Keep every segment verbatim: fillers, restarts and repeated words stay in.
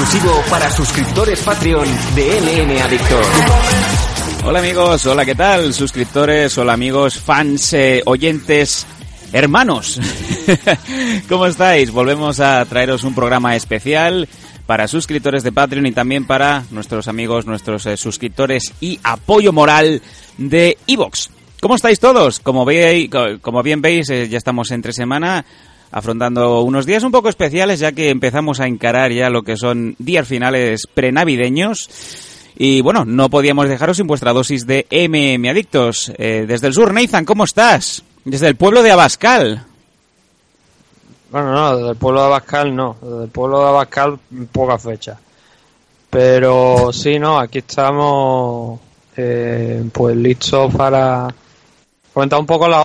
exclusivo para suscriptores Patreon de L N Adictos. Hola amigos, hola, ¿qué tal? Suscriptores, hola amigos, fans, eh, oyentes, hermanos. ¿Cómo estáis? Volvemos a traeros un programa especial para suscriptores de Patreon y también para nuestros amigos, nuestros eh, suscriptores y apoyo moral de iVoox. ¿Cómo estáis todos? Como veis, como bien veis, eh, ya estamos entre semana afrontando unos días un poco especiales, ya que empezamos a encarar ya lo que son días finales prenavideños. Y bueno, no podíamos dejaros sin vuestra dosis de M M Adictos. Eh, desde el sur, Nathan, ¿cómo estás? Desde el pueblo de Abascal. Bueno, no, desde el pueblo de Abascal no. Desde el pueblo de Abascal, poca fecha. Pero sí, no, aquí estamos eh, pues listos para comentar un poco la...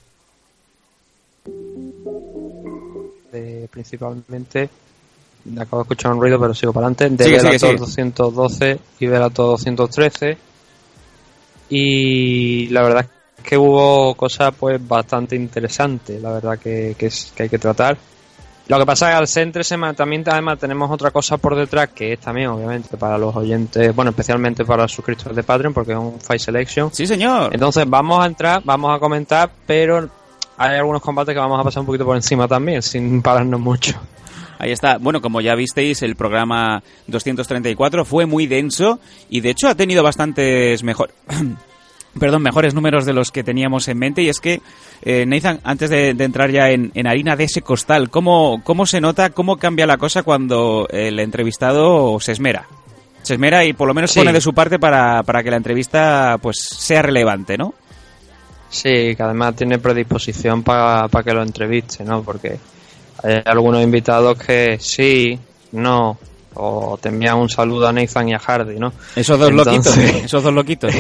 De, principalmente, acabo de escuchar un ruido pero sigo para adelante, de sigue, Bellator sigue, sigue. doscientos doce y Bellator doscientos trece, y la verdad es que hubo cosas pues bastante interesantes, la verdad que, que, es, que hay que tratar. Lo que pasa es que al ser entre semana también además tenemos otra cosa por detrás, que es también obviamente para los oyentes, bueno, especialmente para los suscriptores de Patreon, porque es un Fight Selection. Sí, señor. Entonces vamos a entrar, vamos a comentar, pero hay algunos combates que vamos a pasar un poquito por encima también, sin pararnos mucho. Ahí está. Bueno, como ya visteis, el programa doscientos treinta y cuatro fue muy denso y de hecho ha tenido bastantes mejor... Perdón, mejores números de los que teníamos en mente. Y es que, eh, Nathan, antes de, de entrar ya en, en harina de ese costal, ¿cómo, ¿cómo se nota, cómo cambia la cosa cuando el entrevistado se esmera? Se esmera y por lo menos sí pone de su parte para, para que la entrevista pues sea relevante, ¿no? Sí, que además tiene predisposición para pa que lo entreviste, ¿no? Porque hay algunos invitados que sí, no, o te envían un saludo a Nathan y a Hardy, ¿no? Esos dos Entonces... loquitos, esos dos loquitos.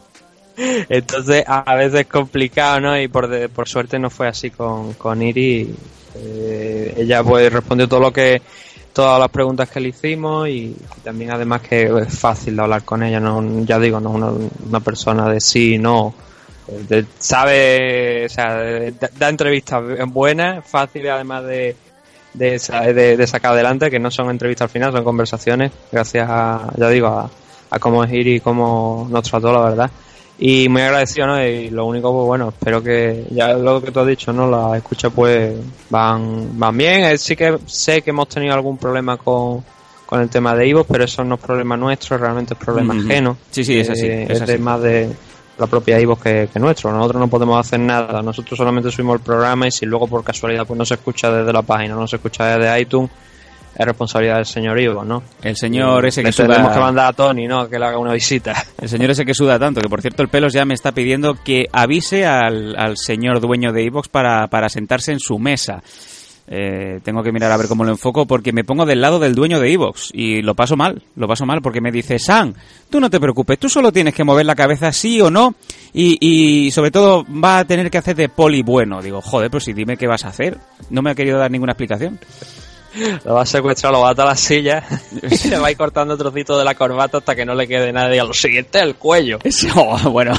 Entonces a veces es complicado, ¿no? Y por de, por suerte no fue así con, con Iri. Eh, ella pues respondió todo lo que todas las preguntas que le hicimos y, y también además que es fácil de hablar con ella, no, ya digo, no es una, una persona de sí, no, de, sabe, o sea, da, da entrevistas buenas, fáciles además de de, de de sacar adelante, que no son entrevistas al final, son conversaciones, gracias a, ya digo, a, a cómo es Iri y cómo nos trató, la verdad. Y muy agradecido, ¿no? Y lo único, pues bueno, espero que, ya lo que tú has dicho, ¿no? Las escuchas pues van van bien. Sí que sé que hemos tenido algún problema con, con el tema de iVoox, pero eso no es problema nuestro, realmente es problema mm-hmm. ajeno. Sí, sí, es así. Eh, es, es así. de más de la propia iVoox que, que nuestro. Nosotros no podemos hacer nada. Nosotros solamente subimos el programa y si luego por casualidad pues no se escucha desde la página, no se escucha desde iTunes, es responsabilidad del señor iVoox, ¿no? El señor ese que le suda... tenemos que mandar a Tony, ¿no? Que le haga una visita. El señor ese que suda tanto, que por cierto el Pelos ya me está pidiendo que avise al, al señor dueño de iVoox para, para sentarse en su mesa. Eh, tengo que mirar a ver cómo lo enfoco porque me pongo del lado del dueño de iVoox y lo paso mal, lo paso mal porque me dice: Sam, tú no te preocupes, tú solo tienes que mover la cabeza sí o no y, y sobre todo va a tener que hacer de poli bueno. Digo, joder, pero si dime qué vas a hacer. No me ha querido dar ninguna explicación. Lo va a secuestrar, lo va a atar a la silla y le va a ir cortando trocitos de la corbata hasta que no le quede nada y a lo siguiente el cuello. Eso, bueno.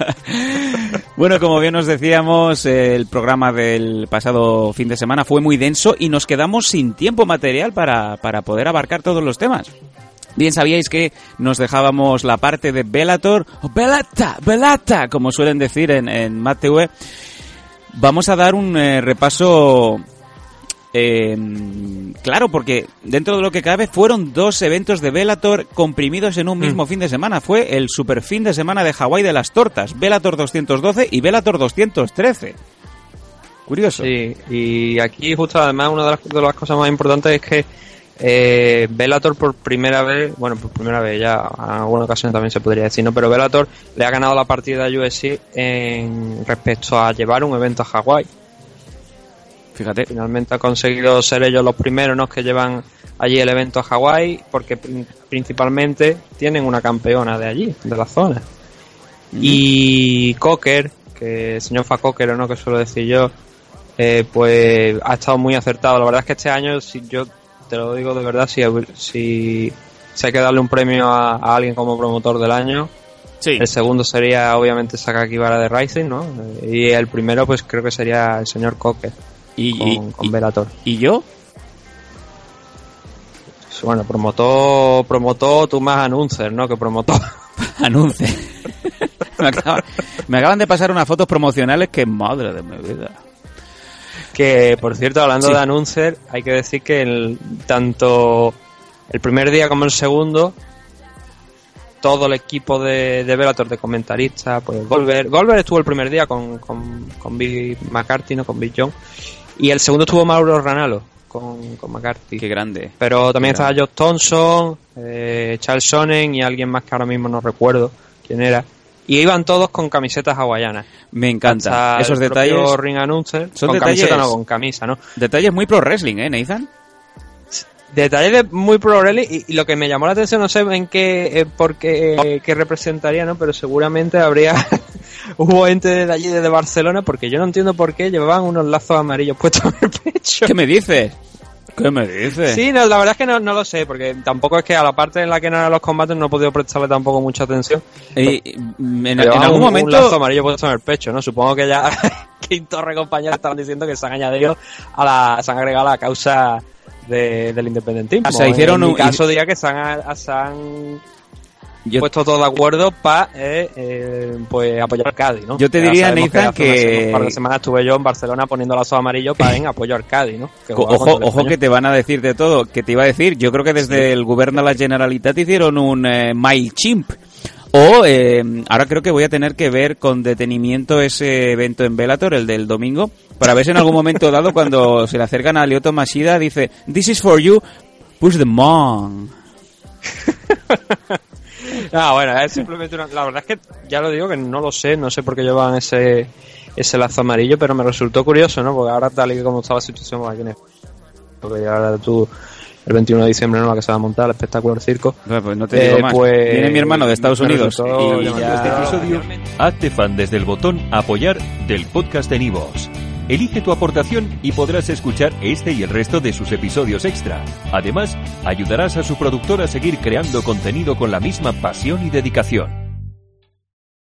Bueno, como bien os decíamos, el programa del pasado fin de semana fue muy denso y nos quedamos sin tiempo material para, para poder abarcar todos los temas. Bien sabíais que nos dejábamos la parte de Bellator, o Bellata, Bellata, como suelen decir en, en Mat T V. Vamos a dar un eh, repaso... Eh, claro, porque dentro de lo que cabe fueron dos eventos de Bellator comprimidos en un mismo mm. fin de semana. Fue el super fin de semana de Hawái de las tortas, Bellator doscientos doce y Bellator doscientos trece. Curioso. Sí, y aquí justo además una de las, de las cosas más importantes es que eh, Bellator por primera vez, bueno, por primera vez ya en alguna ocasión también se podría decir, ¿no? Pero Bellator le ha ganado la partida a U F C en respecto a llevar un evento a Hawái. Fíjate. Finalmente ha conseguido ser ellos los primeros, ¿no?, que llevan allí el evento a Hawái, porque principalmente tienen una campeona de allí, de la zona. Mm. Y Cocker, que el señor Fa Cocker, ¿no?, que suelo decir yo, eh, pues ha estado muy acertado. La verdad es que este año, si yo te lo digo de verdad, si, si, si hay que darle un premio a, a alguien como promotor del año, sí. El segundo sería obviamente Sakakibara de Rising, ¿no? Y el primero pues creo que sería el señor Cocker. Y, con, y, con Bellator. ¿Y yo? Bueno, promotor, promotor, tú más anuncer, ¿no? Que promotor. Anuncer. me, acaba, me acaban de pasar unas fotos promocionales que madre de mi vida. Que, por cierto, hablando sí. de anuncer, hay que decir que el, tanto el primer día como el segundo, todo el equipo de, de Bellator, de comentaristas, pues Goldberg, Goldberg estuvo el primer día con, con, con Big McCarthy, no con Big John, y el segundo estuvo Mauro Ranallo con, con McCarthy. Qué grande. Pero también Qué estaba grande. Josh Thompson, eh, Charles Sonnen y alguien más que ahora mismo no recuerdo quién era. Y iban todos con camisetas hawaianas. Me encanta. Hasta Esos el detalles. propio ring announcer, Son con detalles, camiseta, no, con camisa, ¿no? Detalles muy pro wrestling, ¿eh, Nathan? Detalles de muy pro wrestling, y, y lo que me llamó la atención, no sé en qué, eh, por qué, eh, qué representaría, ¿no? Pero seguramente habría, hubo gente de allí, desde Barcelona, porque yo no entiendo por qué llevaban unos lazos amarillos puestos en el pecho. ¿Qué me dices? ¿Qué me dices? Sí, no, la verdad es que no, no lo sé, porque tampoco es que a la parte en la que no eran los combates no he podido prestarle tampoco mucha atención. Y, en, en Llevaban algún un, momento... un lazo amarillo puesto en el pecho, ¿no? Supongo que ya Quinto Torre compañeros estaban diciendo que se han añadido a la, se han agregado a la causa de, del independentismo. O sea, hicieron en un... mi caso diría que se han, se han Yo, puesto todos de acuerdo para eh, eh, pues apoyar al Cádiz, ¿no? Yo te Ya diría, sabemos Nathan, que... Hace que... un par de semanas estuve yo en Barcelona poniendo lazos amarillos para en apoyo al Cádiz, ¿no? Que Ojo, ojo que te van a decir de todo. Que te iba a decir, yo creo que desde sí. el Govern de la Generalitat hicieron un eh, MailChimp. O, eh, ahora creo que voy a tener que ver con detenimiento ese evento en Bellator, el del domingo, para ver si en algún momento dado, cuando se le acercan a Lyoto Machida, dice, "This is for you, push them on." Ah, bueno, es simplemente una... La verdad es que ya lo digo que no lo sé, no sé por qué llevan ese ese lazo amarillo, pero me resultó curioso, ¿no? Porque ahora tal y como estaba la situación aquí en España, porque ahora tú... El veintiuno de diciembre, ¿no? La que se va a montar, el espectáculo del circo. Pues, pues no te digo eh, más. Pues, viene mi hermano de Estados Unidos. Y ya... este episodio, hazte fan desde el botón apoyar del podcast de Nivos. Elige tu aportación y podrás escuchar este y el resto de sus episodios extra. Además, ayudarás a su productor a seguir creando contenido con la misma pasión y dedicación.